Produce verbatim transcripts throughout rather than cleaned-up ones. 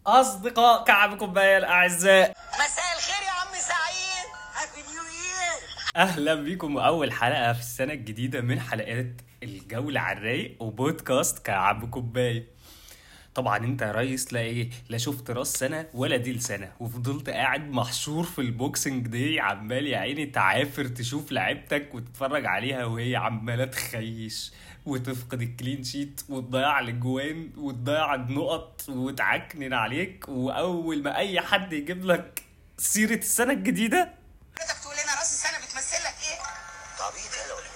أصدقاء كعب كوباية الأعزاء، مساء الخير يا عم سعيد. هابي نيو يير. أهلا بيكم أول حلقة في السنة الجديدة من حلقات الجولة على الرايق وبودكاست كعب كوباية. طبعا انت يا ريس لا ايه لا شفت راس سنة ولا ديل سنة، وفضلت قاعد محشور في البوكسنج دي، عمال يا عيني تعافر تشوف لعيبتك وتتفرج عليها وهي عمالة تخيش وتفقد الكلين شيت وتضيع الاجوان وتضيع النقط وتعكنن عليك، واول ما اي حد يجيب لك سيرة السنة الجديدة حضرتك تقول لنا راس السنه بتمثل لك ايه؟ طبيعي انا ولا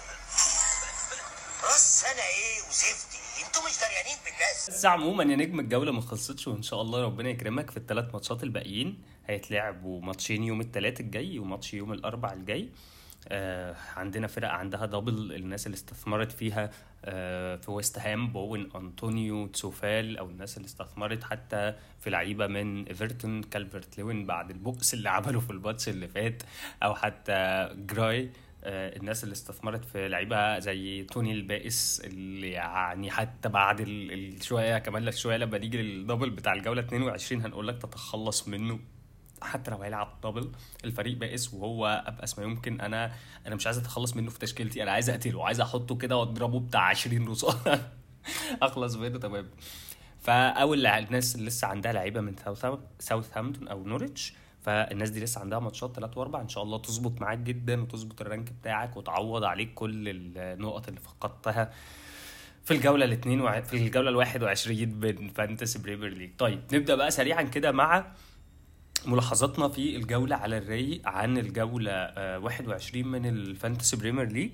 راس سنه ايه وزفتي؟ انتوا مش دريانين بالناس. بس عموما يا نجم الجولة ما خلصتش، وان شاء الله ربنا يكرمك في الثلاث ماتشات الباقيين. هيتلعبوا ماتشين يوم الثلاث الجاي وماتش يوم الاربع الجاي. آه عندنا فرق عندها دبل، الناس اللي استثمرت فيها آه في ويست هام بوين انطونيو تسوفال، او الناس اللي استثمرت حتى في لعيبه من ايفرتون كالفرت لوين بعد البؤس اللي عمله في الماتش اللي فات، او حتى جراي. آه، الناس اللي استثمرت في لعيبه زي توني البائس، اللي يعني حتى بعد ال- الشويه كمان لك شويه لما نيجي للدبل بتاع الجوله اتنين وعشرين هنقول لك تتخلص منه حتى لو هيلعب دبل. الفريق بائس وهو ابأس ما يمكن. انا انا مش عايز اتخلص منه في تشكيلتي، انا عايز اقتله، عايز احطه كده واضربه بتاع عشرين رصاصه اخلص منه تمام. فاول لع- الناس اللي لسه عندها لعيبه من ساوث ساوثهامبتون او نوريتش، فالناس دي لسه عندها ماتشات ثلاثة واربعة ان شاء الله تظبط معاك جدا وتظبط الرانك بتاعك وتعوض عليك كل النقط اللي فقدتها في الجوله الاثنين وع... في الجوله الواحد وعشرين من فانتسي بريمير ليج. طيب نبدا بقى سريعا كده مع ملاحظاتنا في الجولة على الرايق عن الجولة آه، واحد وعشرين من الفانتسي بريمير ليج.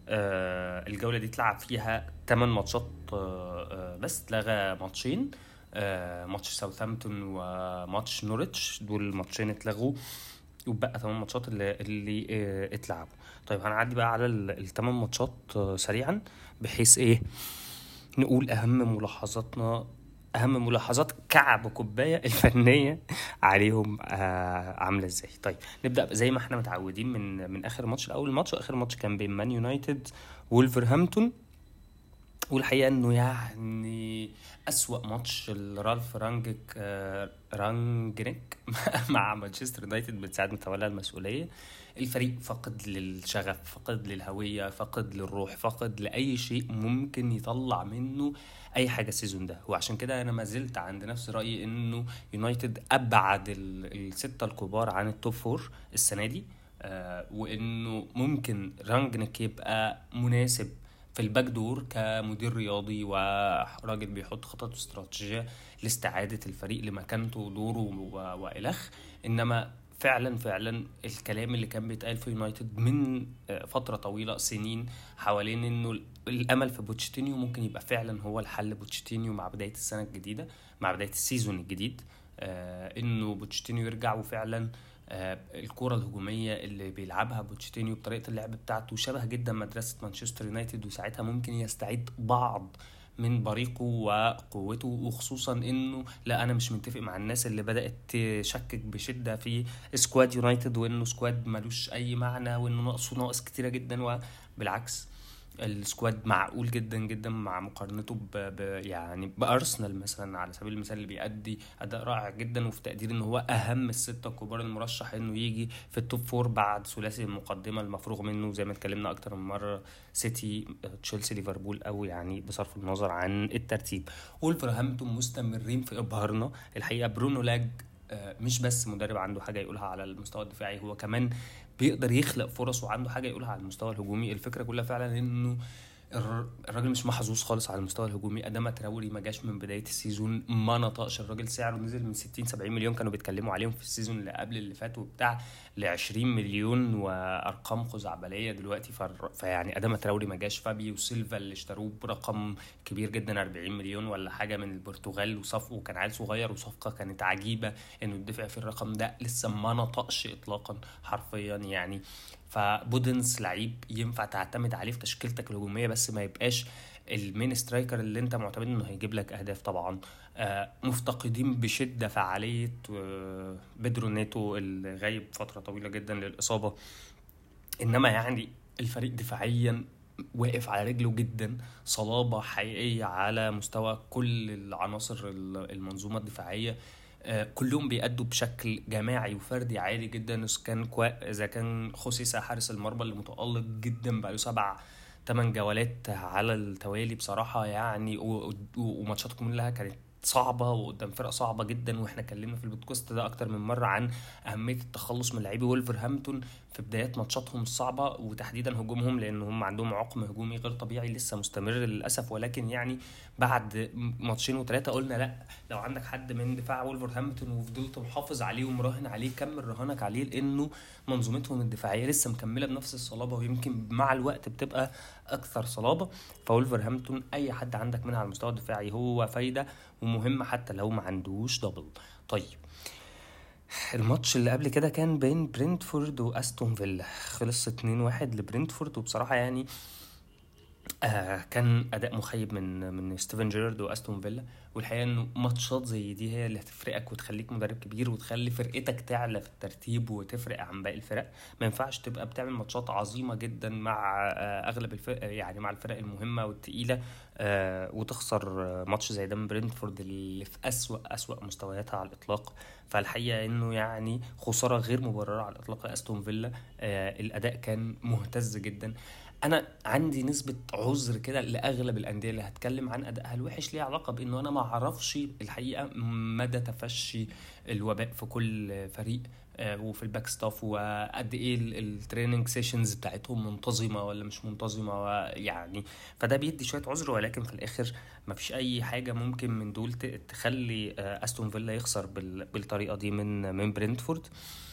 آه، الجولة دي اتلعب فيها ثمانية ماتشات، آه، آه، بس اتلغى ماتشين، آه، ماتش ساوثهامبتون وماتش نوريتش، دول الماتشين اتلغوا وبقى ثمانية ماتشات اللي, اللي آه، اتلعبوا. طيب هنعدي بقى على الثمان ماتشات آه، سريعا، بحيث ايه نقول اهم ملاحظاتنا، اهم ملاحظات كعب كوبايه الفنيه عليهم آه عامله ازاي. طيب نبدا زي ما احنا متعودين من من اخر ماتش. الاول ماتش واخر ماتش كان بين مان يونايتد وولفرهامبتون، والحقيقه انه يعني اسوأ ماتش لرالف رانجك آه رانجنيك مع مانشستر يونايتد من ساعه ما تولى المسؤوليه. الفريق فقد للشغف، فقد للهويه، فقد للروح، فقد لاي شيء ممكن يطلع منه اي حاجه السيزون ده. وعشان كده انا ما زلت عند نفس رايي انه يونايتد ابعد ال- السته الكبار عن التوب فور السنه دي. آه وانه ممكن رانجنيك يبقى مناسب في الباك دور كمدير رياضي وراجل بيحط خطط واستراتيجية لاستعادة الفريق لمكانته ودوره و- وإلخ. إنما فعلا فعلا الكلام اللي كان بيتقال في يونايتد من آه، فترة طويلة سنين حوالين إنه الأمل في بوتشيتينيو ممكن يبقى فعلا هو الحل. بوتشيتينيو مع بداية السنة الجديدة، مع بداية السيزون الجديد، آه إنه بوتشيتينيو يرجع وفعلا آه، الكرة الهجومية اللي بيلعبها بوتشيتينيو بطريقة اللعب بتاعته شبه جدا مدرسة مانشستر يونايتد، وساعتها ممكن يستعيد بعض من بريقه وقوته. وخصوصا انه لا، انا مش متفق مع الناس اللي بدأت تشكك بشدة في سكواد يونايتد وانه سكواد ملوش اي معنى وانه ناقصه ناقص كتيرة جدا، وبالعكس السكواد معقول جدا جدا مع مقارنته ب... ب... يعني بارسنال مثلا على سبيل المثال، اللي بيأدي اداء رائع جدا، وفي تقدير ان هو اهم الستة الكبار المرشح انه يجي في التوب فور بعد ثلاثي المقدمة المفروغ منه زي ما اتكلمنا اكتر من مرة: سيتي، تشيلسي، ليفربول، او يعني بصرف النظر عن الترتيب. وولفرهامبتون مستمرين في ابهارنا الحقيقة. برونو لاج آه، مش بس مدرب عنده حاجة يقولها على المستوى الدفاعي، هو كمان بيقدر يخلق فرص وعنده حاجة يقولها على المستوى الهجومي. الفكرة كلها فعلا انه الر- الراجل مش محظوظ خالص على المستوى الهجومي. اداما تراوري ما جاش من بدايه السيزون، ما نطقش. الراجل سعره نزل من ستين سبعين مليون كانوا بيتكلموا عليهم في السيزون اللي قبل اللي فات وبتاع ل عشرين مليون وارقام خزعبليه دلوقتي. فر... فيعني اداما تراوري ما جاش. فابيو سيلفا اللي اشتروه برقم كبير جدا أربعين مليون ولا حاجه من البرتغال، وصفقه وكان عيل صغير وصفقه كانت عجيبه انه الدفع في الرقم ده، لسه ما نطقش اطلاقا حرفيا يعني. فبودنس لعيب ينفع تعتمد عليه في تشكيلتك الهجوميه، بس ما يبقاش المين سترايكر اللي انت معتمد انه هيجيب لك اهداف. طبعا آه، مفتقدين بشده فعاليه آه، بيدرو نيتو اللي غايب فتره طويله جدا للاصابه. انما يعني الفريق دفاعيا واقف على رجله جدا، صلابة حقيقية على مستوى كل العناصر المنظومة الدفاعية. آه، كلهم بيأدوا بشكل جماعي وفردي عالي جدا. إذا كان كوا... اذا كان خوسيسا حارس المرمى اللي متألق جدا بقاله سبع تمن جولات على التوالي بصراحة يعني، و... و... وماتشاتكم كلها كانت صعبة وقدام فرق صعبة جدا. واحنا اتكلمنا في البودكاست ده اكتر من مرة عن اهمية التخلص من لاعبي وولفرهامبتون في بدايات ماتشاتهم الصعبة، وتحديدا هجومهم، لان هم عندهم عقم هجومي غير طبيعي لسه مستمر للاسف. ولكن يعني بعد ماتشين وثلاثة قلنا لا، لو عندك حد من دفاع وولفرهامبتون وفضلت محافظ عليه ومراهن عليه كمل رهانك عليه، لانه منظومتهم الدفاعية لسه مكملة بنفس الصلابة، ويمكن مع الوقت بتبقى اكثر صلابة. فولفرهامبتون اي حد عندك منها على المستوى الدفاعي هو فايدة ومهم حتى لو ما عندوش دبل. طيب الماتش اللي قبل كده كان بين برينتفورد واستون فيلا، خلص اتنين واحد لبرينتفورد. وبصراحة يعني آه كان اداء مخيب من من ستيفن جيرارد واستون فيلا. والحقيقه انه ماتشات زي دي هي اللي هتفرقك وتخليك مدرب كبير وتخلي فرقتك تعلى في الترتيب وتفرق عن باقي الفرق. ما ينفعش تبقى بتعمل ماتشات عظيمه جدا مع آه اغلب الفرق، يعني مع الفرق المهمه والتقيله، آه وتخسر آه ماتش زي ده من برينتفورد اللي في اسوا اسوا مستوياتها على الاطلاق. فالحقيقه انه يعني خساره غير مبرره على الاطلاق لاستون فيلا. آه الاداء كان مهتز جدا. انا عندي نسبه عذر كده لاغلب الانديه اللي هتكلم عن ادائها الوحش، ليه علاقه بانه انا ما اعرفش الحقيقه مدى تفشي الوباء في كل فريق، آه، وفي الباك ستاف، وقد ايه التريننج سيشنز بتاعتهم منتظمه ولا مش منتظمه يعني. فده بيدي شويه عذر، ولكن في الاخر ما فيش اي حاجه ممكن من دول ت- تخلي آه، استون فيلا يخسر بال- بالطريقه دي من من برينتفورد.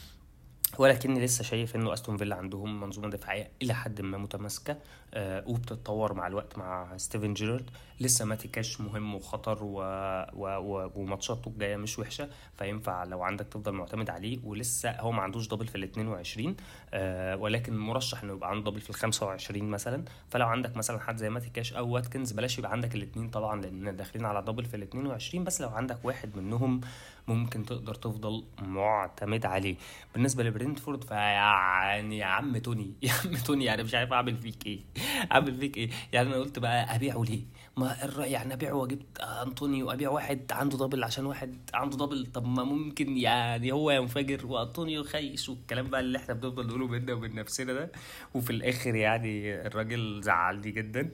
ولكني لسه شايف انه استون فيلا عندهم منظومه دفاعيه الى حد ما متماسكه، آه وبتتطور مع الوقت مع ستيفن جيرارد. لسه ماتي كاش مهم وخطر و... و... و... وماتشاته الجايه مش وحشه، فينفع لو عندك تفضل معتمد عليه. ولسه هو ما عندوش دبل في ال اتنين وعشرين، آه ولكن مرشح انه يبقى عنده دبل في ال خمسة وعشرين مثلا. فلو عندك مثلا حد زي ماتي كاش او واتكنز، بلاش يبقى عندك الاثنين طبعا لان داخلين على دبل في ال اتنين وعشرين، بس لو عندك واحد منهم ممكن تقدر تفضل معتمد عليه. بالنسبه لبرينتفورد فيعني يا عم توني يا عم توني يعني مش عارف اعمل فيك ايه اعمل فيك ايه يعني. انا قلت بقى ابيعه ليه؟ ما الرأي يعني ابيعه واجيب انطوني وابيع واحد عنده دبل عشان واحد عنده دبل؟ طب ما ممكن يعني هو ينفجر وانطونيو خيش والكلام بقى اللي احنا بنفضل نقوله بينا وبين نفسنا ده. وفي الاخر يعني الراجل زعلني جدا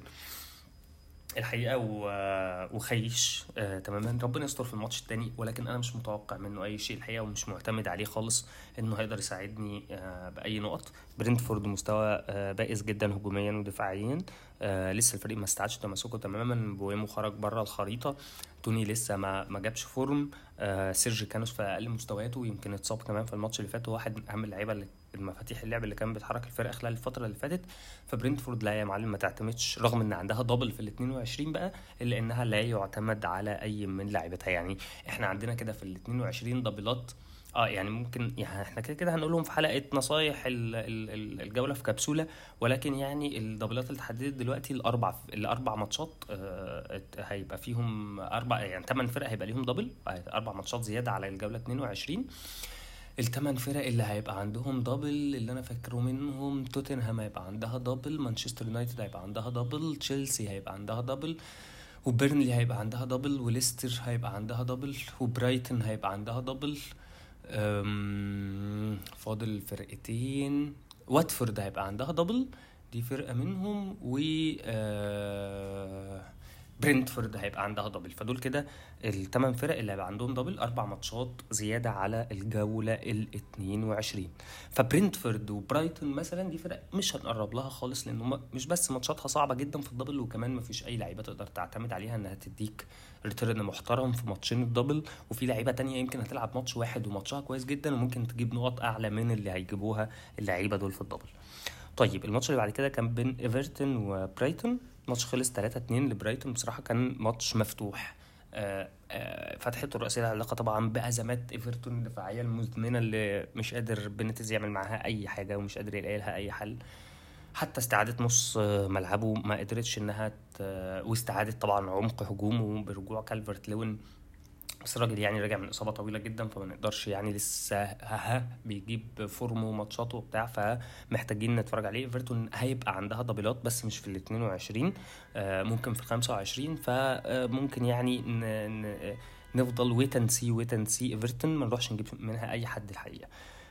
الحقيقه و- وخيش آه تماما. ربنا يستر في الماتش التاني، ولكن انا مش متوقع منه اي شيء الحقيقه، ومش معتمد عليه خالص انه هيقدر يساعدني آه باي نقط. برينتفورد مستوى آه بائس جدا هجوميا ودفاعيا. آه لسه الفريق ما استعادش تماسكه تماما، بويمو خرج بره الخريطه، توني لسه ما ما جابش فورم، آه سيرجي كانوس في اقل مستوياته، يمكن اتصاب كمان في الماتش اللي فات، هو واحد من اهم اللعيبه اللي المفاتيح اللعب اللي كان بيتحرك الفرقه خلال الفتره اللي فاتت. فبرينتفورد لا يا معلم ما تعتمدش، رغم ان عندها دبل في ال اتنين وعشرين بقى، الا انها لا يعتمد على اي من لاعبتها. يعني احنا عندنا كده في ال اتنين وعشرين دبلات، اه يعني ممكن يعني احنا كده كده هنقولهم في حلقه نصايح ال- ال- ال- الجوله في كبسوله. ولكن يعني الدبلات اللي اتحددت دلوقتي الاربع الاربع ماتشات آه ات- هيبقى فيهم اربع يعني ثمان فرق هيبقى ليهم دبل، آه، اربع ماتشات زياده على الجوله اتنين وعشرين. الثمان فرق اللي هيبقى عندهم دبل اللي انا فاكره منهم: توتنهام هيبقى عندها دبل، مانشستر يونايتد هيبقى عندها دبل، تشيلسي هيبقى عندها دبل، وبيرنلي هيبقى عندها دبل، وليستر هيبقى عندها دبل، وبرايتن هيبقى عندها دبل. أم، فاضل فرقتين، واتفورد هيبقى عندها دبل، دي فرقة منهم، و آه، برينتفورد هيبقى عندها دبل. فدول كده الثمان فرق اللي هيبقى عندهم دبل، اربع ماتشات زيادة على الجولة ال اتنين وعشرين. فبرينتفورد وبرايتون مثلا دي فرق مش هنقرب لها خالص، لانه مش بس ماتشاتها صعبة جدا في الدبل، وكمان مفيش اي لعيبة تقدر تعتمد عليها انها تديك ريتيرن محترم في ماتشين الدبل. وفي لعيبة تانية يمكن هتلعب ماتش واحد وماتشها كويس جدا وممكن تجيب نقط اعلى من اللي هيجيبوها اللعيبة دول في الدبل. طيب الماتش اللي بعد كده كان بين ايفرتون وبرايتون، ماتش خلص تلاتة اتنين لبرايتون. بصراحة كان ماتش مفتوح، آه، آه، فتحته الرئيسية العلاقة طبعا بأزمات ايفرتون الدفاعية المزمنة اللي مش قادر بنتز يعمل معاها أي حاجة ومش قادر يلاقي لها أي حل. حتى استعادة نص آه، ملعبه ما قدرتش انها ت... واستعادة طبعا عمق هجومه برجوع كالفرت لوين، بس الراجل يعني راجع من اصابه طويله جدا، فما نقدرش يعني لسه ها ها بيجيب فورمه وماتشاته وبتاع، فمحتاجين نتفرج عليه. ايفرتون هيبقى عندها دبلات بس مش في ال اتنين وعشرين، آه، ممكن في ال خمسة وعشرين، فممكن يعني ن... ن... نفضل ويت اند سي ويت اند سي ايفرتون، ما نروحش نجيب منها اي حد الحقيقه.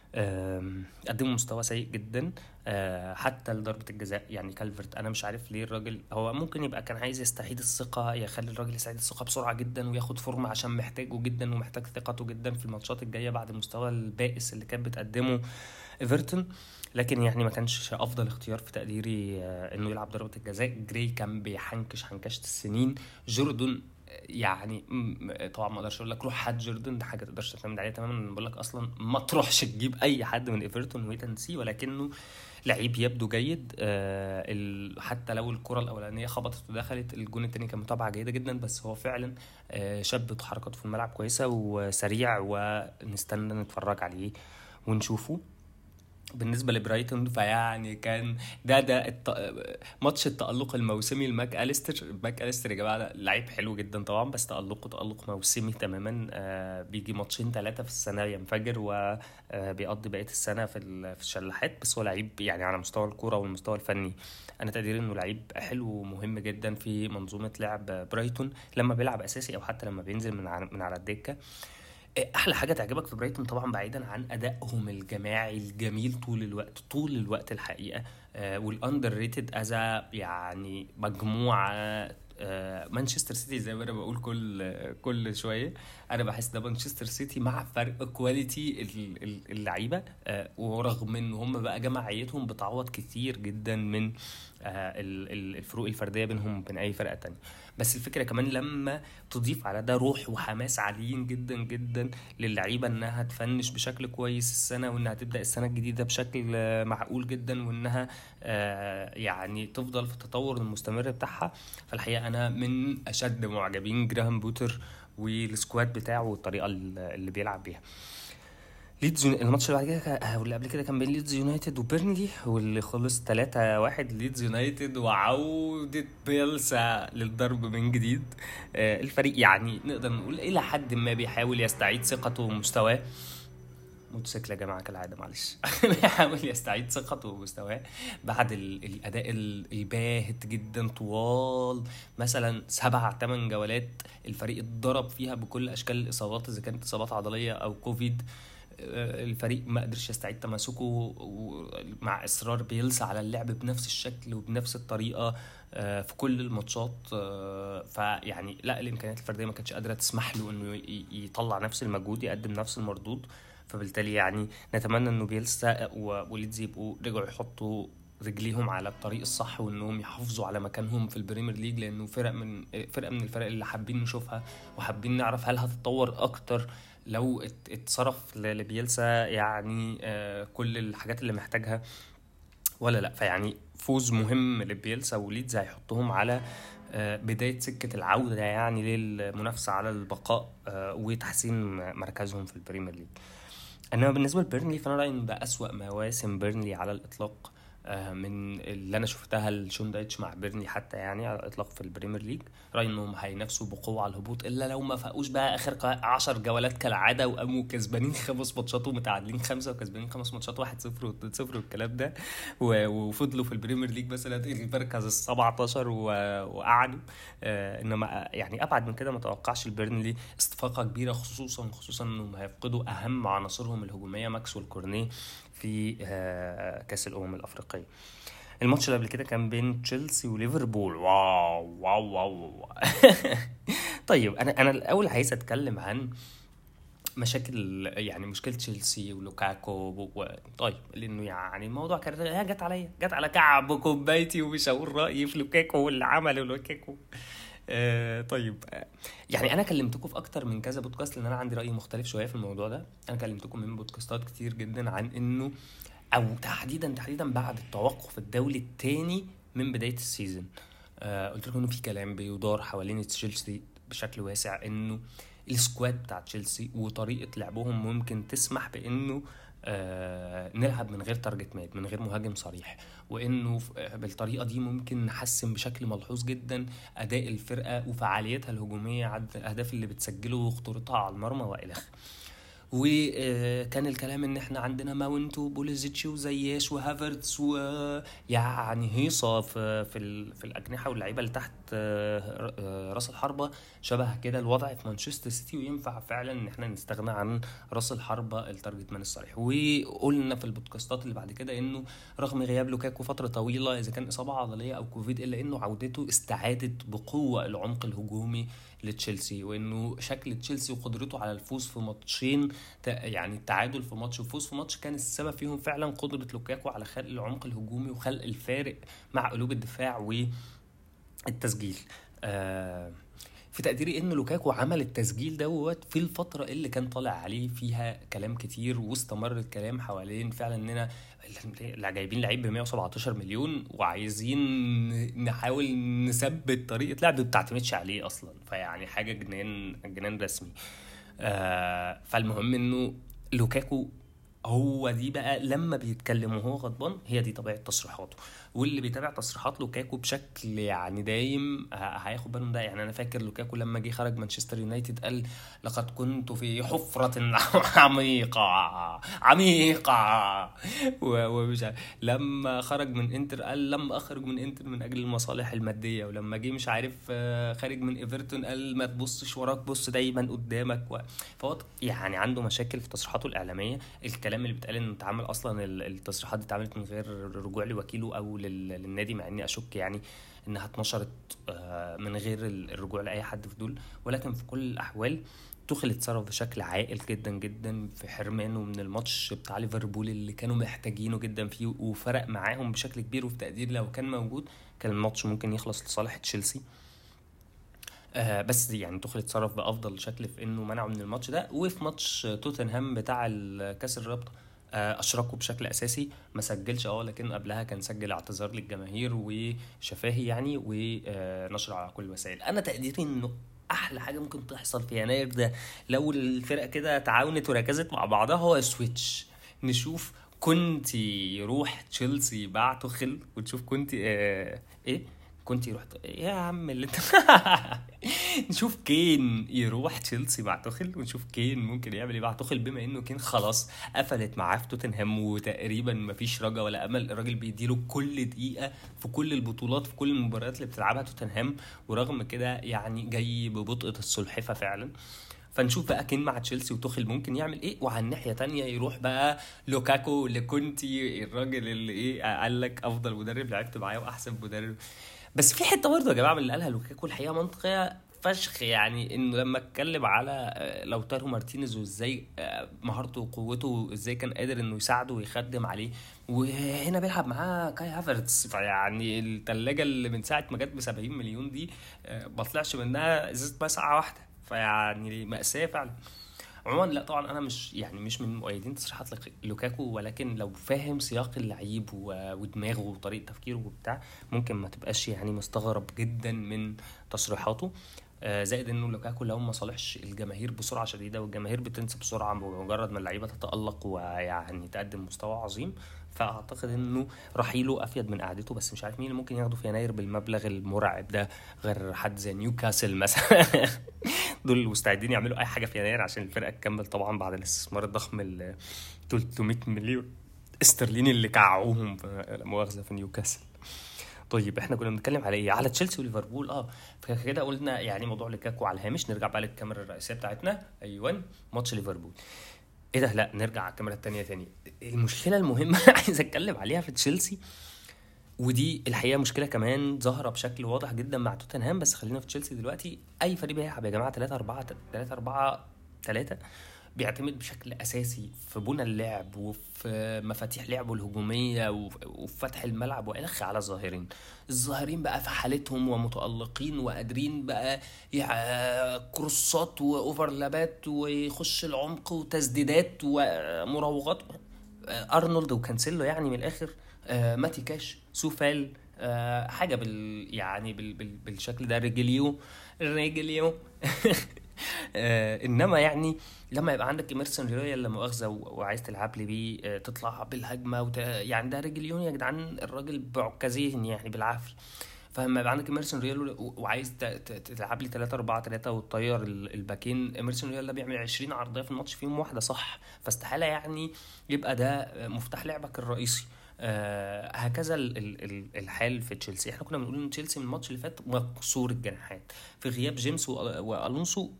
قدموا مستوى سيء جدا، حتى لضربة الجزاء. يعني كالفرت انا مش عارف ليه الراجل، هو ممكن يبقى كان عايز يستعيد الثقة، يخلي الراجل يستعيد الثقة بسرعة جدا وياخد فورمة عشان محتاجه جدا ومحتاج ثقته جدا في الماتشات الجاية بعد المستوى البائس اللي كانت بتقدمه ايفرتون. لكن يعني ما كانش افضل اختيار في تقديري انه يلعب ضربة الجزاء. جراي كان بيحنكش حنكشة السنين. جوردن يعني طبعا ما اقدرش اقول لك روح حد جوردن، ده حاجه تقدرش تعتمد عليها تماما. بقول لك اصلا ما تروحش تجيب اي حد من ايفرتون ويت اند سي، ولكنه لعيب يبدو جيد. آه حتى لو الكره الاولانيه خبطت ودخلت، الجون الثاني كان متابعه جيده جدا. بس هو فعلا آه شاب حركاته في الملعب كويسه وسريع، ونستنى نتفرج عليه ونشوفه. بالنسبه لبرايتون فيعني كان ده ده الت... ماتش التألق الموسمي لماك أليستر. ماك أليستر يا جماعه لعيب حلو جدا طبعا، بس تألقه تألق موسمي تماما. آه بيجي ماتشين ثلاثه في السنه ينفجر، وبيقضي بقيه السنه في في الشلاحات. بس هو لعيب يعني على مستوى الكوره والمستوى الفني انا تقديري انه لعيب حلو ومهم جدا في منظومه لعب برايتون لما بيلعب اساسي او حتى لما بينزل من على من على الدكه. احلى حاجه تعجبك في برايتون طبعا بعيدا عن ادائهم الجماعي الجميل طول الوقت طول الوقت الحقيقه، آه والاندر ريتد از يعني مجموعه. آه مانشستر سيتي زي ما انا بقول كل كل شويه، انا بحس ده مانشستر سيتي مع فرق كواليتي اللعيبه. آه ورغم ان هم بقى جماعيتهم بتعوض كتير جدا من آه الفروق الفرديه بينهم وبين اي فرقه تانية. بس الفكره كمان لما تضيف على ده روح وحماس عاليين جدا جدا للعيبه انها تفنش بشكل كويس السنه، وانها تبدا السنه الجديده بشكل معقول جدا، وانها يعني تفضل في التطور المستمر بتاعها. فالحقيقه انا من اشد معجبين جراهام بوتر والسكواد بتاعه والطريقه اللي بيلعب بيها. ليدز الماتش اللي بعد كده واللي قبل كده كان بين ليدز يونايتد وبيرنلي، واللي خلص ثلاثة واحد ليدز يونايتد، وعودة بيلسا للضرب من جديد. الفريق يعني نقدر نقول الى حد ما بيحاول يستعيد ثقته ومستواه. موتوسيكل يا جماعه كالعاده معلش بيحاول يستعيد ثقته ومستواه بعد الاداء الباهت جدا طوال مثلا سبع ثمان جولات الفريق اتضرب فيها بكل اشكال الاصابات، اذا كانت اصابات عضليه او كوفيد. الفريق ما قدرش يستعيد تماسكه مع اصرار بيلسا على اللعب بنفس الشكل وبنفس الطريقه في كل الماتشات. فيعني لا، الامكانيات الفرديه ما كانتش قادره تسمح له انه يطلع نفس المجهود يقدم نفس المردود. فبالتالي يعني نتمنى انه بيلسا وليدز يبقوا رجعوا يحطوا رجليهم على الطريق الصح، وانهم يحافظوا على مكانهم في البريمير ليج، لانه فرق من فرقه من الفرق اللي حابين نشوفها وحابين نعرف هل هتتطور اكتر لو اتصرف لبيلسا يعني آه كل الحاجات اللي محتاجها ولا لا. فيعني فوز مهم لبيلسا وليدز هيحطهم على آه بداية سكة العودة يعني للمنافسة على البقاء آه وتحسين مركزهم في البريمير ليج. انما بالنسبة لبيرنلي فانا رأيي ان ده اسوأ مواسم بيرنلي على الاطلاق من اللي انا شفتها لشون دايتش مع بيرني حتى يعني على الاطلاق في البريمير ليج. رايي انهم هينافسوا بقوه على الهبوط الا لو ما فاقوش بقى اخر عشر جولات كالعاده وقاموا كسبانين خمس ماتشات ومتعادلين خمسه وكسبانين خمس ماتشات واحد صفر واثنين صفر والكلام ده، وفضلوا في البريمير ليج مثلا المركز السبعتاشر وقعدوا. انما يعني ابعد من كده ما توقعش البيرنلي استفاقه كبيره، خصوصا خصوصا انهم هيفقدوا اهم عناصرهم الهجوميه ماكسويل كورنيه في كاس الامم الافريقيه. الماتش اللي قبل كده كان بين تشيلسي وليفربول. واو واو واو, واو. طيب انا انا الاول عايز اتكلم عن مشاكل يعني مشكله تشيلسي ولوكاكو و... طيب لانه يعني الموضوع كان جت عليا جت على كعب كوبايتي ومش هقول رايي في لوكاكو واللي عمله لوكاكو. آه طيب آه يعني انا كلمتكم في اكتر من كذا بودكاست لان انا عندي راي مختلف شويه في الموضوع ده. انا كلمتكم من بودكاستات كتير جدا عن انه او تحديدا تحديدا بعد التوقف الدولي الثاني من بدايه السيزون، آه قلت لكم انه في كلام بيدور حوالين تشيلسي بشكل واسع انه السكواد بتاع تشيلسي وطريقه لعبهم ممكن تسمح بانه آه نلعب من غير تارجت مان، من غير مهاجم صريح، وانه بالطريقه دي ممكن نحسن بشكل ملحوظ جدا اداء الفرقه وفعاليتها الهجوميه، عدد الاهداف اللي بتسجله وخطورتها على المرمى والى اخره. وكان الكلام ان احنا عندنا ماونت وبوليزيتش وزياش وهافرتس، ويعني هيصه في في ال- في الاجنحه واللعيبه اللي تحت آه، آه، راس الحربه. شبه كده الوضع في مانشستر سيتي، وينفع فعلا ان احنا نستغنى عن راس الحربه التارجت مان الصريح. وقلنا في البودكاستات اللي بعد كده انه رغم غياب لوكاكو فتره طويله اذا كان اصابه عضليه او كوفيد، الا انه عودته استعادت بقوه العمق الهجومي لتشيلسي، وانه شكل تشيلسي وقدرته على الفوز في ماتشين، يعني التعادل في ماتش وفوز في ماتش، كان السبب فيهم فعلا قدرة لوكاكو على خلق العمق الهجومي وخلق الفارق مع قلوب الدفاع والتسجيل. آه في تقديري ان لوكاكو عمل التسجيل دوت في الفترة اللي كان طالع عليه فيها كلام كتير، واستمر الكلام حوالين فعلا اننا اللي جايبين لعيب ب مية وسبعتاشر مليون وعايزين نحاول نثبت طريقة لعب بتعتمدش عليه اصلا، فيعني حاجة جنان جنان رسمي. آه فالمهم انه لوكاكو هو دي بقى لما بيتكلم وهو غضبان، هي دي طبيعة تصريحاته. واللي بيتابع تصريحات لوكاكو بشكل يعني دايم ه- هياخد باله من ده. يعني انا فاكر لوكاكو لما جه خرج مانشستر يونايتد قال لقد كنت في حفرة عميقة عميقة و- ومش عارف. لما خرج من انتر قال لم اخرج من انتر من اجل المصالح المادية. ولما جه مش عارف آه، خارج من ايفرتون قال ما تبصش وراك، بص دايما قدامك و... فهو يعني عنده مشاكل في تصريحاته الإعلامية. الكلام اللي بيتقال انه اتعمل اصلا ال- التصريحات دي اتعملت من غير رجوع لوكيله او لل- للنادي، مع اني اشك يعني انها اتنشرت آه، من غير ال- الرجوع لاي حد في دول. ولكن في كل الاحوال توخيل اتصرف بشكل عاقل جدا جدا في حرمانه من الماتش بتاع ليفربول اللي كانوا محتاجينه جدا فيه، وفرق معاهم بشكل كبير. وفي تقدير لو كان موجود كان الماتش ممكن يخلص لصالح تشيلسي. آه بس يعني توخيل اتصرف بافضل شكل في انه منعه من الماتش ده. وفي ماتش توتنهام بتاع كاس الرابطه آه اشركوا بشكل اساسي، ما سجلش اه لكن قبلها كان سجل اعتذار للجماهير وشفاهي يعني، ونشر على كل الوسائل. انا تقديري انه احلى حاجه ممكن تحصل في يناير ده لو الفرق كده تعاونت وركزت مع بعضها هو سويتش. نشوف كنتي يروح تشيلسي مع توخيل، وتشوف كنتي آه ايه كنت يروح يا عم اللي انت نشوف كين يروح تشيلسي مع توخيل، ونشوف كين ممكن يعمل ايه مع توخيل، بما انه كين خلاص قفلت معاه في توتنهام وتقريبا مفيش رجا ولا امل. الراجل بيديله كل دقيقه في كل البطولات في كل المباريات اللي بتلعبها توتنهام، ورغم كده يعني جاي ببطء السلحفه فعلا. فنشوف بقى كين مع تشيلسي وتوخيل ممكن يعمل ايه. وعلى الناحيه تانية يروح بقى لوكاكو لكونتي، الراجل اللي ايه قال لك افضل مدرب لعبت معاه واحسن مدرب. بس في حته برضه يا جماعه من اللي قالها لوكاكو الحقيقه منطقيه فشخ، يعني انه لما اتكلم على آه، لوتارو مارتينيز وازاي آه، مهارته وقوته ازاي كان قادر انه يساعده ويخدم عليه، وهنا بيلعب معاه كاي هافرتس. فيعني الثلاجه اللي من ساعه ما جت ب سبعين مليون دي آه، ما طلعش منها ازازه بس ساعه واحده، فيعني مأساة فعلا. عموما لا طبعا انا مش يعني مش من مؤيدين تصريحات لك- لوكاكو، ولكن لو فاهم سياق اللعيب و- ودماغه وطريقه تفكيره وبتاع ممكن ما تبقاش يعني مستغرب جدا من تصريحاته. آه، زائد انه لوكاكو لو ما صالحش الجماهير بسرعه شديده، والجماهير بتنسى بسرعه بمجرد ما اللعيبه تتالق ويعني تقدم مستوى عظيم، فاعتقد انه رحيله افيد من قعدته. بس مش عارف مين اللي ممكن ياخده في يناير بالمبلغ المرعب ده غير حد زي نيوكاسل مثلا. دول مستعدين يعملوا اي حاجه في يناير عشان الفرقه تكمل طبعا بعد الاستثمار الضخم ال ثلاثمية مليون استرليني اللي كعوهم في- لا مؤاخذه في نيوكاسل. طيب احنا كنا بنتكلم على ايه؟ على تشيلسي وليفربول. اه فكده قلنا يعني موضوع لوكاكو على الهامش. نرجع بقى للكاميرا الرئيسيه بتاعتنا. ايوه ماتش ليفربول. ايه ده؟ لا نرجع على الكاميرا التانية تاني. المشكله المهمه عايز اتكلم عليها في تشيلسي، ودي الحقيقه مشكله كمان ظاهره بشكل واضح جدا مع توتنهام، بس خلينا في تشيلسي دلوقتي. اي فريق بيلعب يا جماعه ثلاثة أربعة ثلاثة أربعة ثلاثة بيعتمد بشكل اساسي في بنى اللعب وفي مفاتيح لعبه الهجوميه وف- وفي فتح الملعب والخ على الظاهرين. الظاهرين بقى في حالتهم ومتالقين وقادرين بقى يع- كروسات واوفرلابات ويخش العمق وتسديدات ومراوغات. ارنولد وكانسيلو يعني من الاخر. آه ماتي كاش سوفال آه حاجه بال يعني بال بال بالشكل ده. ريجيليو ريجيليو آه انما يعني لما يبقى عندك ايمرسون رويال لا مؤاخذه و- وعايز تلعب لي بيه آه تطلع بالهجمه وت... يعني ده ريجيليو يا جدعان الراجل بعكازين يعني بالعافيه. فلما يبقى عندك ايمرسون ريال وعايز تلعب لي ثلاثة أربعة ثلاثة وتطير الباكين، ايمرسون ريال ده بيعمل عشرين عرضيه في الماتش فيهم واحده صح، فاستحاله يعني يبقى ده مفتاح لعبك الرئيسي. آه هكذا ال ال الحال في تشيلسي. احنا كنا بنقول ان تشيلسي من الماتش اللي فات مكسور الجناحات في غياب جيمس والونسو.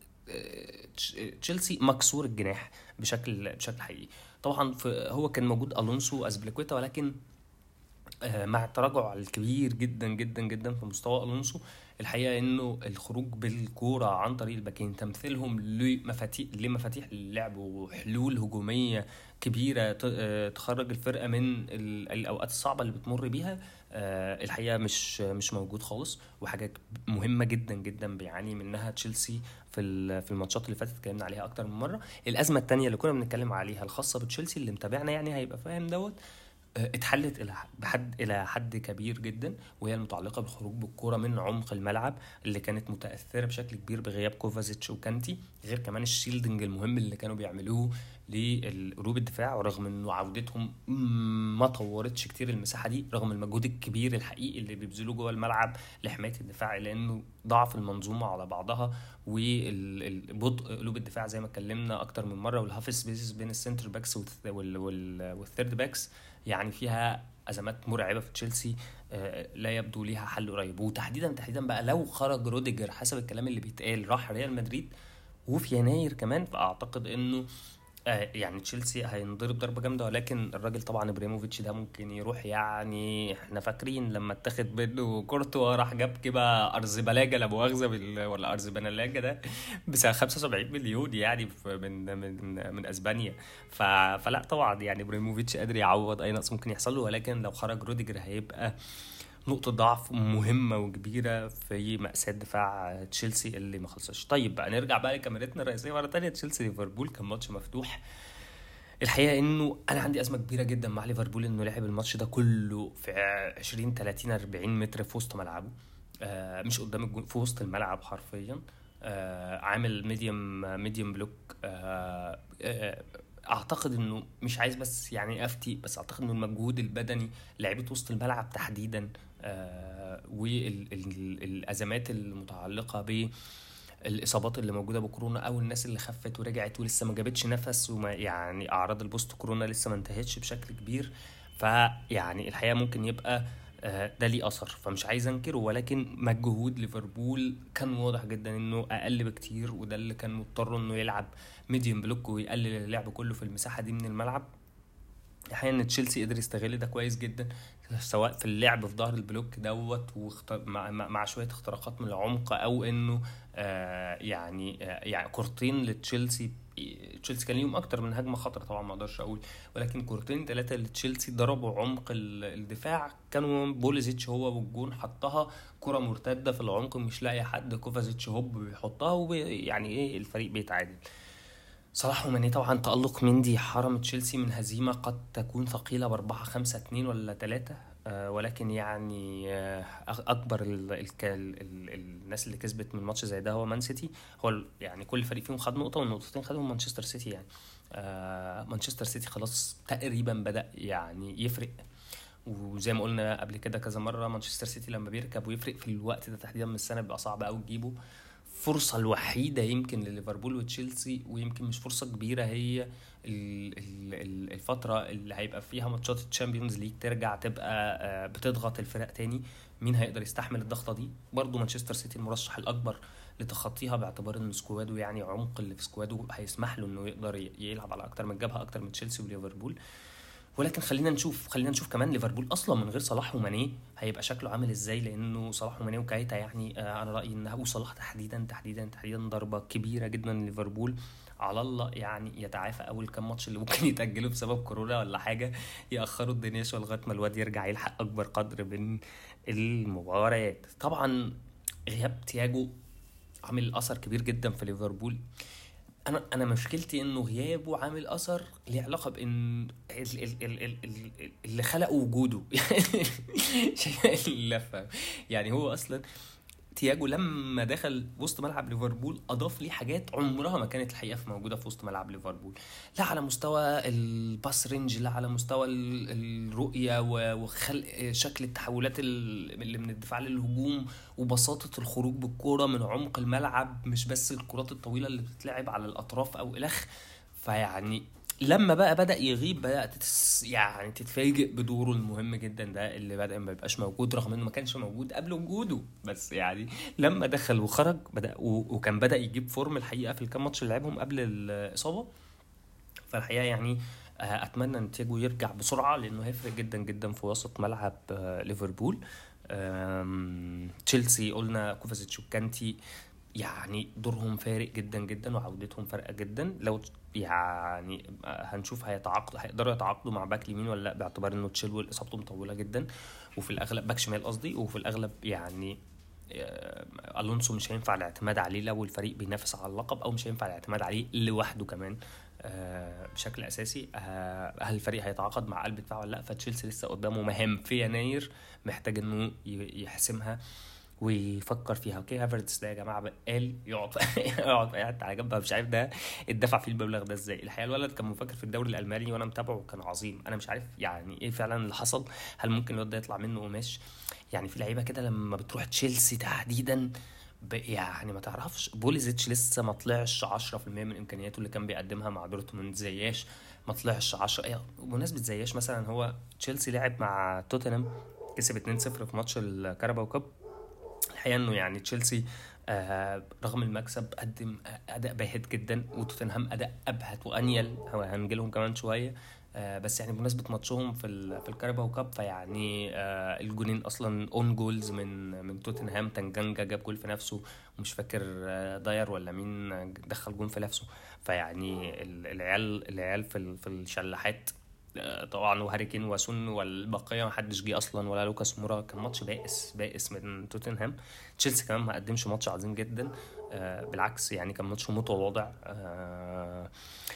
تشيلسي مكسور الجناح بشكل بشكل حقيقي. طبعا هو كان موجود الونسو أزبيليكويتا، ولكن مع التراجع الكبير جدا جدا جدا في مستوى الونسو، الحقيقه انه الخروج بالكوره عن طريق الباكين تمثيلهم لمفاتيح لمفاتيح اللعب وحلول هجوميه كبيره تخرج الفرقه من الاوقات الصعبه اللي بتمر بيها، الحقيقه مش مش موجود خالص. وحاجه مهمه جدا جدا بيعاني منها تشيلسي في في الماتشات اللي فاتت اتكلمنا عليها اكتر من مره. الازمه الثانيه اللي كنا بنتكلم عليها الخاصه بتشيلسي اللي متابعنا يعني هيبقى فاهم دوت اتحلت الى بحد الى حد كبير جدا، وهي المتعلقه بالخروج بالكره من عمق الملعب اللي كانت متاثره بشكل كبير بغياب كوفازيتش وكانتي، غير كمان الشيلدنج المهم اللي كانوا بيعملوه لقلوب الدفاع. ورغم انه عودتهم ما طورتش كتير المساحه دي رغم المجهود الكبير الحقيقي اللي بيبذلوه جوه الملعب لحمايه الدفاع، لانه ضعف المنظومه على بعضها والبطء قلوب الدفاع زي ما اتكلمنا اكتر من مره، والهاف سبيسز بين السنتر باكس والثيرد باكس يعني فيها ازمات مرعبه في تشيلسي لا يبدو ليها حل قريب. وتحديدا تحديدا بقى لو خرج روديجر حسب الكلام اللي بيتقال راح ريال مدريد وفي يناير كمان، فاعتقد انه يعني تشيلسي هينضرب ضربه جامده. ولكن الراجل طبعا ابراهيموفيتش ده ممكن يروح، يعني احنا فاكرين لما اتاخد بينه كورتوا راح جاب كده ارزبلاجه لا مؤاخذه بال ولا ارزبلاجه ده بسعر خمسة وسبعين مليون يعني من من من اسبانيا. فلا طبعا يعني ابراهيموفيتش قادر يعوض اي نقص ممكن يحصل له، ولكن لو خرج روديجر هيبقى نقطة ضعف مهمة وكبيرة في مأساة دفاع تشيلسي اللي ما خلصش. طيب بقى نرجع بقى لكاميرتنا الرئيسية مرة تانية. تشيلسي ليفربول كان ماتش مفتوح. الحقيقة انه انا عندي ازمة كبيرة جدا مع ليفربول انه لعب الماتش ده كله في عشرين ثلاثين أربعين متر في وسط ملعبه، آه مش قدام الجون، في وسط الملعب حرفيا، آه عامل ميديوم ميديوم بلوك. آه آه اعتقد انه مش عايز بس يعني افتي، بس اعتقد انه المجهود البدني لعيبه وسط الملعب تحديدا آه والازمات المتعلقه بالاصابات اللي موجوده بكورونا او الناس اللي خفت ورجعت ولسه ما جابتش نفس، وما يعني اعراض البوست كورونا لسه ما انتهتش بشكل كبير، فيعني الحقيقه ممكن يبقى ده ليه اثر. فمش عايز انكره، ولكن مجهود ليفربول كان واضح جدا انه اقل بكتير، وده اللي كان مضطر انه يلعب ميديوم بلوك ويقلل اللعب كله في المساحه دي من الملعب. احيانا تشيلسي قدر يستغل ده كويس جدا، سواء في اللعب في ظهر البلوك دوت مع, مع شويه اختراقات من العمق، او انه آه يعني آه يعني كورتين لتشيلسي. تشيلسي كان ليهم اكتر من هجمه خطره طبعا ما اقدرش اقول، ولكن كورتين ثلاثه لتشيلسي ضربوا عمق الدفاع، كانوا بوليزيتش هو والجون حطها كره مرتده في العمق مش لاقي حد، كوفازيتش هوب بيحطها ويعني ايه الفريق بيتعادل. صلاح وماني طبعا تألق مندي حرم تشيلسي من هزيمة قد تكون ثقيلة باربعة خمسة اتنين ولا تلاتة، آه ولكن يعني آه أكبر ال ال ال ال الناس اللي كسبت من ماتش زي ده هو مان سيتي. هو يعني كل فريق فيهم خد نقطة والنقطتين خدهم مانشستر سيتي. يعني آه مانشستر سيتي خلاص تقريبا بدأ يعني يفرق، وزي ما قلنا قبل كده كذا مرة مانشستر سيتي لما بيركب ويفرق في الوقت ده تحديدا من السنة بيبقى صعب أوي تجيبه. فرصة الوحيدة يمكن لليفربول وتشيلسي، ويمكن مش فرصة كبيرة، هي الفترة اللي هيبقى فيها ماتشات الشامبيونز ليج ترجع تبقى بتضغط الفرق تاني. مين هيقدر يستحمل الضغطة دي؟ برضو مانشستر سيتي المرشح الأكبر لتخطيها باعتبار ان سكوادو يعني عمق اللي في سكوادو هيسمح له انه يقدر يلعب على اكتر من جبهة اكتر من تشيلسي وليفربول. ولكن خلينا نشوف خلينا نشوف كمان ليفربول اصلا من غير صلاح وماني هيبقى شكله عامل ازاي، لانه صلاح وماني وكايتا يعني آه انا رايي انها وصلاح تحديدا تحديدا تحديدا ضربه كبيره جدا لليفربول. على الله يعني يتعافى اول كام ماتش اللي ممكن يتاجلوا بسبب كورونا ولا حاجه، ياخروا الدنيا شويه لغايه ما الواد يرجع يلحق اكبر قدر من المباريات. طبعا غياب تياجو عامل اثر كبير جدا في ليفربول. انا انا مشكلتي انه غيابه عامل اثر ليه علاقه بان ال ال ال ال ال اللي خلق وجوده شيء اللفه. يعني هو اصلا تياجو لما دخل وسط ملعب ليفربول اضاف لي حاجات عمرها ما كانت الحقيقه في موجوده في وسط ملعب ليفربول، لا على مستوى الباس رينج، لا على مستوى الرؤيه وخلق شكل التحولات اللي من الدفاع للهجوم، وبساطه الخروج بالكوره من عمق الملعب، مش بس الكرات الطويله اللي بتتلعب على الاطراف او الخ. فيعني لما بقى بدأ يغيب بدأت تتس يعني تتفاجئ بدوره المهم جدا ده اللي بدأ ما يبقاش موجود، رغم انه ما كانش موجود قبل وجوده، بس يعني لما دخل وخرج بدأ وكان بدأ يجيب فورم الحقيقة في الكام ماتش اللي لعبهم قبل الإصابة. فالحقيقة يعني أتمنى ان تياجو يرجع بسرعة، لأنه هيفرق جدا جدا في وسط ملعب ليفربول. تشيلسي قلنا كوفازيتش وكانتي يعني دورهم فارق جدا جدا وعودتهم فارقه جدا. لو يعني هنشوف هيتعاقدوا هيقدروا يتعاقدوا مع باك يمين ولا لا، باعتبار انه تشيلويل اصابته مطوله جدا، وفي الاغلب باك شمال قصدي، وفي الاغلب يعني الونسو مش هينفع الاعتماد عليه لو الفريق بينافس على اللقب، او مش هينفع الاعتماد عليه لوحده كمان بشكل اساسي. هل الفريق هيتعاقد مع قلب دفاع ولا لا؟ فتشيلسي لسه قدامه مهام في يناير محتاج انه يحسمها ويفكر فيها. اوكي هافرتز ده يا جماعه قال يقعد يقعد قاعد على جنب، مش عارف ده الدفع فيه المبلغ ده ازاي. الحقيقه الولد كان مفكر في الدوري الالماني وانا متابعه وكان عظيم. انا مش عارف يعني ايه فعلا اللي حصل، هل ممكن الولد ده يطلع منه قماش؟ يعني في لعيبه كده لما بتروح تشيلسي تحديدا يعني ما تعرفش. بوليزيتش لسه ما طلعش عشرة في المية من امكانياته اللي كان بيقدمها مع دورتموند. زياش ما طلعش عشرة. ايه بمناسبه زياش مثلا، هو تشيلسي لعب مع توتنهام كسب اتنين صفر في ماتش الكاراباو كاب. الحقيقه انه يعني تشيلسي آه رغم المكسب قدم اداء باهت جدا، وتوتنهام اداء ابهت وانيل، هنجيلهم كمان شويه. آه بس يعني بمناسبه ماتشهم في في الكاراباو كاب، فيعني آه الجونين اصلا اون جولز من من توتنهام. تنجانجا جاب جول في نفسه، ومش فاكر آه داير ولا مين دخل جون في نفسه. فيعني العيال العيال في في الشلاحات طبعا، وهاري كين وسون والبقيه ما حدش جه اصلا، ولا لوكاس مورا. كان ماتش بائس بائس من توتنهام. تشيلسي كمان ما قدمش ماتش عظيم جدا، آه بالعكس يعني كان ماتش متواضع. آه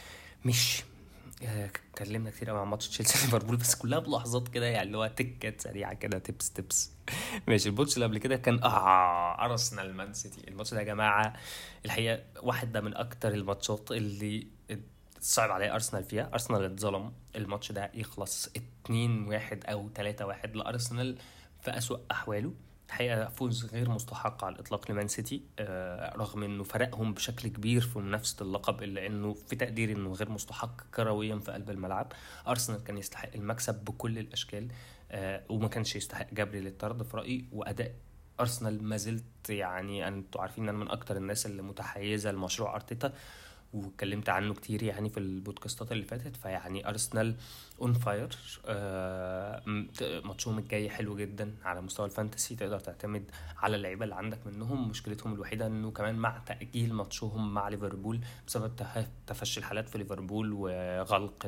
مش آه اتكلمنا كتير قوي عن ماتش تشيلسي ليفربول، بس كلها بلحظات كده يعني اللي هو تكات سريعه كده، تبس تبس. ماشي. الماتش اللي قبل كده كان اه ارسنال مان سيتي. الماتش ده يا جماعه الحقيقه واحد ده من اكتر الماتشات اللي صعب عليه ارسنال فيها. ارسنال اتظلم. الماتش ده يخلص اتنين واحد او تلاتة واحد لارسنال في اسوأ احواله. الحقيقه فوز غير مستحق على الاطلاق لمان سيتي، آه رغم انه فرقهم بشكل كبير في منافسه اللقب، الا انه في تقديري انه غير مستحق كرويا في قلب الملعب. ارسنال كان يستحق المكسب بكل الاشكال، آه وما كانش يستحق جبري للطرد في رايي. واداء ارسنال ما زلت يعني انتوا عارفين ان انا من اكتر الناس اللي متحيزه لمشروع ارتيتا، واتكلمت عنه كتير يعني في البودكاستات اللي فاتت. فيعني ارسنال اون فاير. ماتشهم الجاي حلو جدا على مستوى الفانتسي، تقدر تعتمد على اللعيبه اللي عندك منهم. مشكلتهم الوحيده انه كمان مع تاجيل ماتشهم مع ليفربول بسبب تفشي الحالات في ليفربول وغلق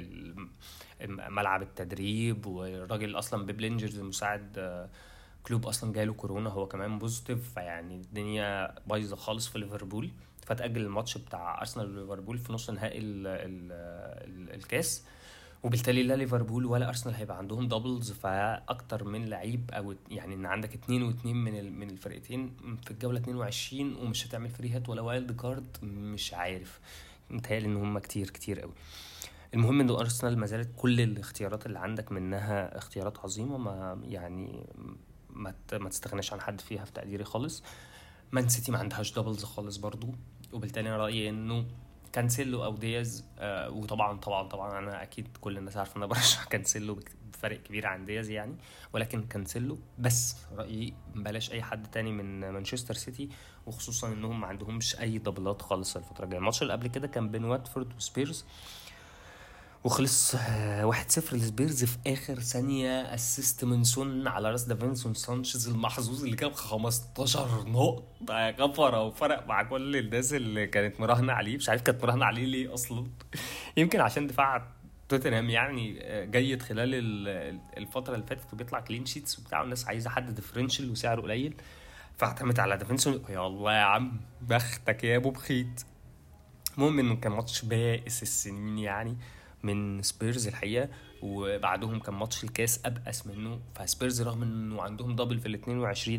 ملعب التدريب، والراجل اصلا بيبلينجرز المساعد كلوب اصلا جاله كورونا هو كمان بوزيتيف. فيعني الدنيا بايظه خالص في ليفربول. فتأجل الماتش بتاع أرسنال وليفربول في نص نهائي ال ال ال الكاس، وبالتالي لا ليفربول ولا أرسنال هيبقى عندهم دبلز. فأكتر من لعيب أو يعني إن عندك اتنين واتنين من من الفرقتين في الجولة اتنين وعشرين ومش هتعمل فري هات ولا وايلد كارد، مش عارف، متهيألي إن هم كتير كتير قوي. المهم إنه أرسنال ما زالت كل الاختيارات اللي عندك منها اختيارات عظيمة، ما يعني ما ما تستغناش عن حد فيها في تقديري خالص. مان سيتي ما عندهاش دبلز خالص برضو، وبالتالي انا رايي انه كانسيلو او دياز. آه وطبعا طبعا طبعا انا اكيد كل الناس عارفه ان انا برشح كانسيلو بفرق كبير عن دياز يعني، ولكن كانسيلو بس. رايي بلاش اي حد تاني من مانشستر سيتي، وخصوصا انهم ما عندهمش اي دبلات خالص الفتره الجايه. الماتش اللي قبل كده كان بين واتفورد وسبيرز، وخلص واحد صفر لسبيرز في اخر ثانيه، اسيست من سون على راس دافنسون سانشيز المحظوظ اللي جاب خمستاشر نقطه كفره، وفرق مع كل الناس اللي كانت مراهنه عليه. مش عارف كانت مراهنه عليه ليه اصلا. يمكن عشان دفاع توتنهام يعني جيد خلال الفتره اللي فاتت وبيطلع كلين شيتس وبتاع، الناس عايزه حد ديفرنشال وسعره قليل، فاعتمد على دافنسون. يا الله يا عم بختك يا ابو بخيت. المهم انه كان ماتش بائس السنين يعني من سبيرز الحقيقه، وبعدهم كان ماتش الكاس ابأس منه. فسبيرز رغم انه عندهم دبل في ال اتنين وعشرين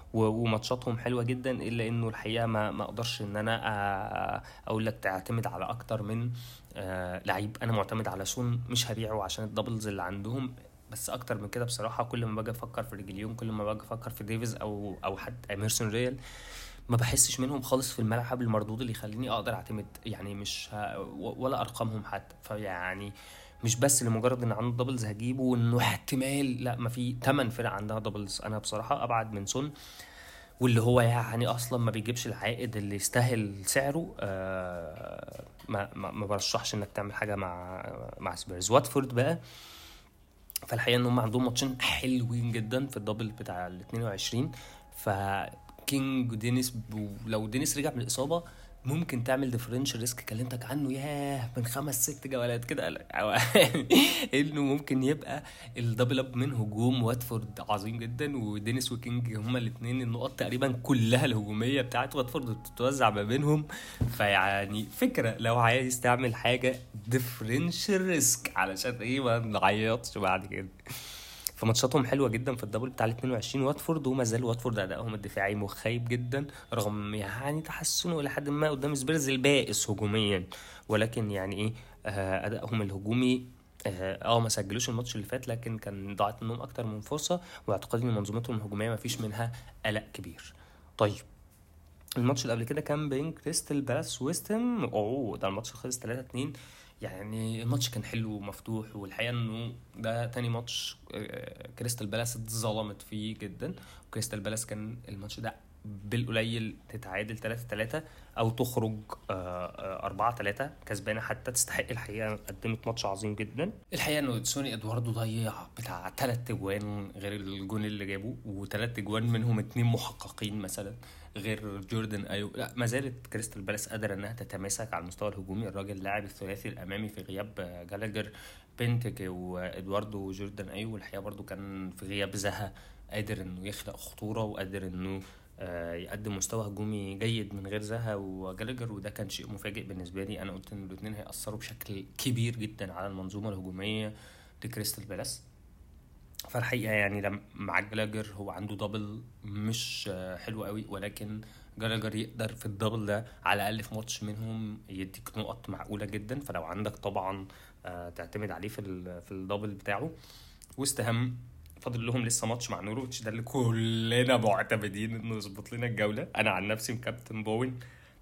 وماتشاتهم حلوه جدا، الا انه الحقيقه ما ما اقدرش ان انا اقول لك تعتمد على اكتر من لعيب. انا معتمد على سون، مش هبيعه عشان الدبلز اللي عندهم، بس اكتر من كده بصراحه كل ما باجي افكر في ريجيليون، كل ما باجي افكر في ديفيز او او حتى اميرسون ريال، ما بحسش منهم خالص في الملعب المردود اللي يخليني اقدر اعتمد، يعني مش ه... ولا ارقامهم حتى. فيعني مش بس لمجرد ان عنده دبلز هجيبه وانه احتمال، لا، ما في ثمان فرق عندها دبلز. انا بصراحه ابعد من سون، واللي هو يعني اصلا ما بيجيبش العائد اللي يستاهل سعره. آه ما ما, ما برشحش انك تعمل حاجه مع مع سبيرز. واتفورد بقى، فالحقيقه ان هم عندهم ماتشين حلوين جدا في الدبل بتاع ال اتنين وعشرين. فكينج ودينيس، لو دينيس رجع من الاصابه ممكن تعمل ديفرنشال ريسك كلمتك عنه ياه من خمس ست جولات كده انه ممكن يبقى الدبل اب من هجوم واتفورد عظيم جدا. ودينيس وكينج هما الاثنين النقط تقريبا كلها الهجوميه بتاعت واتفورد بتتوزع ما بينهم. فيعني فكره لو عايز تعمل حاجه ديفرنشال ريسك علشان ايه ما نعيطش بعد كده. فماتشاتهم حلوه جدا في الدبل بتاع ال اتنين وعشرين واتفورد، وما زال واتفورد ادائهم الدفاعي مخيب جدا رغم يعني تحسنه الى حد ما قدام سبيرز البائس هجوميا، ولكن يعني ايه آه ادائهم الهجومي اه, آه ما سجلوش الماتش اللي فات، لكن كان ضاعت منهم اكتر من فرصه، واعتقادي ان منظومتهم الهجوميه ما فيش منها قلق كبير. طيب الماتش اللي قبل كده كان بين كريستال بالاس ويستهم، اوه ده الماتش خلص تلاتة اتنين. يعني الماتش كان حلو ومفتوح، والحقيقه انه ده تاني ماتش كريستال بالاس اتظلمت فيه جدا. وكريستال بالاس كان الماتش ده بالقليل تتعادل تلاتة تلاتة او تخرج أربعة تلاتة كسبانه حتى تستحق. الحقيقه قدمت ماتش عظيم جدا. الحقيقه انه سوني ادواردو ضيع بتاع ثلاث اجوان غير الجون اللي جابه، وثلاث اجوان منهم اتنين محققين مثلا غير جوردن ايو. لا، ما زالت كريستال بالاس قادره انها تتماسك على المستوى الهجومي. الراجل لاعب الثلاثي الامامي في غياب جالاجر، بنتك وادواردو وجوردن ايو. والحقيقه برضو كان في غياب زها قادر انه يخلق خطوره، وقادر انه يقدم مستوى هجومي جيد من غير زها وجالاجر، وده كان شيء مفاجئ بالنسبه لي. انا قلت ان الاثنين هيأثروا بشكل كبير جدا على المنظومه الهجوميه لكريستال بالاس. فالحقيقه يعني لما مع جالاجر هو عنده دبل مش حلو قوي، ولكن جالاجر يقدر في الدبل ده على الاقل في ماتش منهم يديك نقط معقوله جدا. فلو عندك طبعا تعتمد عليه في في الدبل بتاعه. واستهم فاضل لهم لسه ماتش مع نورويتش، ده اللي كلنا معتمدين انه يظبط لنا الجوله. انا عن نفسي مكابتن بوين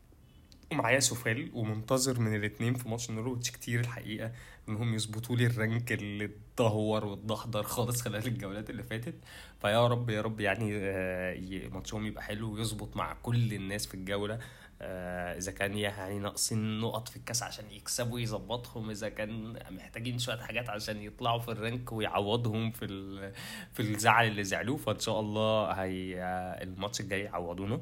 ومعايا سوفال، ومنتظر من الاثنين في ماتش نورويتش كتير الحقيقه انهم يظبطوا لي الرانك اللي اتدهور واتدحضر خالص خلال الجولات اللي فاتت. فيا رب يا رب يعني ماتشهم يبقى حلو ويظبط مع كل الناس في الجوله. اذا كان يعني ناقصين نقط في الكاس عشان يكسبوا يظبطهم، اذا كان محتاجين شويه حاجات عشان يطلعوا في الرانك ويعوضهم في في الزعل اللي زعلوه، فان شاء الله هي الماتش الجاي يعوضونه.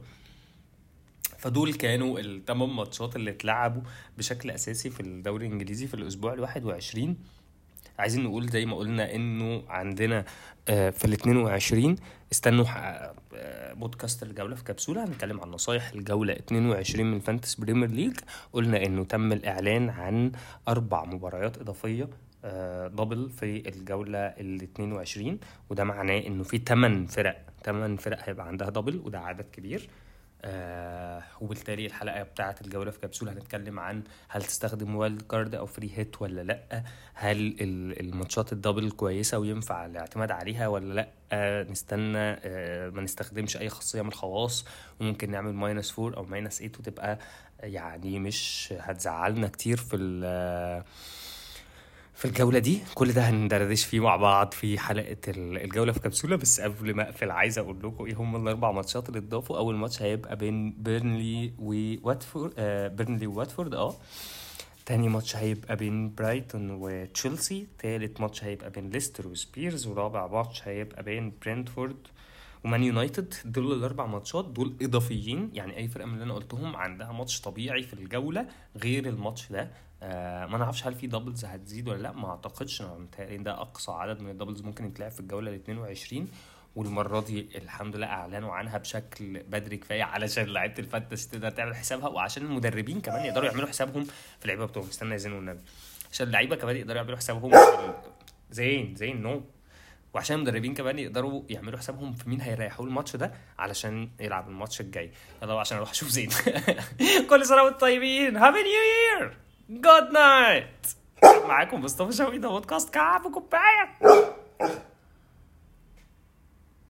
فدول كانوا الثمان ماتشات اللي اتلعبوا بشكل اساسي في الدوري الانجليزي في الاسبوع الواحد وعشرين. عايزين نقول زي ما قلنا انه عندنا في ال اتنين وعشرين استنوا بودكاست الجولة في كبسولة هنتكلم عن نصايح الجولة اتنين وعشرين من فانتسي بريمير ليج. قلنا انه تم الاعلان عن اربع مباريات اضافية دبل في الجولة ال اتنين وعشرين، وده معناه انه في ثمان فرق ثمان فرق هيبقى عندها دبل، وده عدد كبير. آه وبالتالي الحلقة بتاعة الجولة في كبسولة هنتكلم عن هل تستخدم وايلد كارد او فري هيت ولا لا، هل الماتشات الدبل كويسة وينفع الاعتماد عليها ولا لا، آه نستنى آه ما نستخدمش اي خاصية من الخواص وممكن نعمل ماينس فور او ماينس ايت وتبقى يعني مش هتزعلنا كتير في في الجولة دي. كل ده هندردش فيه مع بعض في حلقة الجولة في كبسولة. بس قبل ما اقفل عايز اقول لكم ايه هم الاربع ماتشات اللي اتضافوا. اول ماتش هيبقى بين بيرنلي وواتفورد آه بيرنلي وواتفورد اه تاني ماتش هيبقى بين برايتون وتشيلسي. تالت ماتش هيبقى بين ليستر وسبيرز. ورابع ماتش هيبقى بين برينتفورد ومان يونايتد. دول الاربع ماتشات دول اضافيين، يعني اي فرقه من اللي انا قلتهم عندها ماتش طبيعي في الجوله غير الماتش ده. آه ما نعرفش هل في دبلز هتزيد ولا لا، ما اعتقدش. انا متهيألي ده اقصى عدد من الدبلز ممكن يتلعب في الجوله ال اتنين وعشرين، والمره دي الحمد لله اعلنوا عنها بشكل بدري كفايه علشان لعيبه الفانتسي تقدر تعمل حسابها، وعشان المدربين كمان يقدروا يعملوا حسابهم في اللعيبه بتوعهم. استنى يزنوا النبي عشان اللعيبه كمان يقدروا يعملوا حسابهم زين زين نو وعشان المدربين كمان يقدروا يعملوا حسابهم في مين هيريحوا الماتش ده علشان يلعب الماتش الجاي. يلا بقى عشان اروح اشوف زين. كل سنه وانتم طيبين. هابي نيو يير. جود نايت. معاكم مصطفى شوقي، ده بودكاست كعب وكوبايه.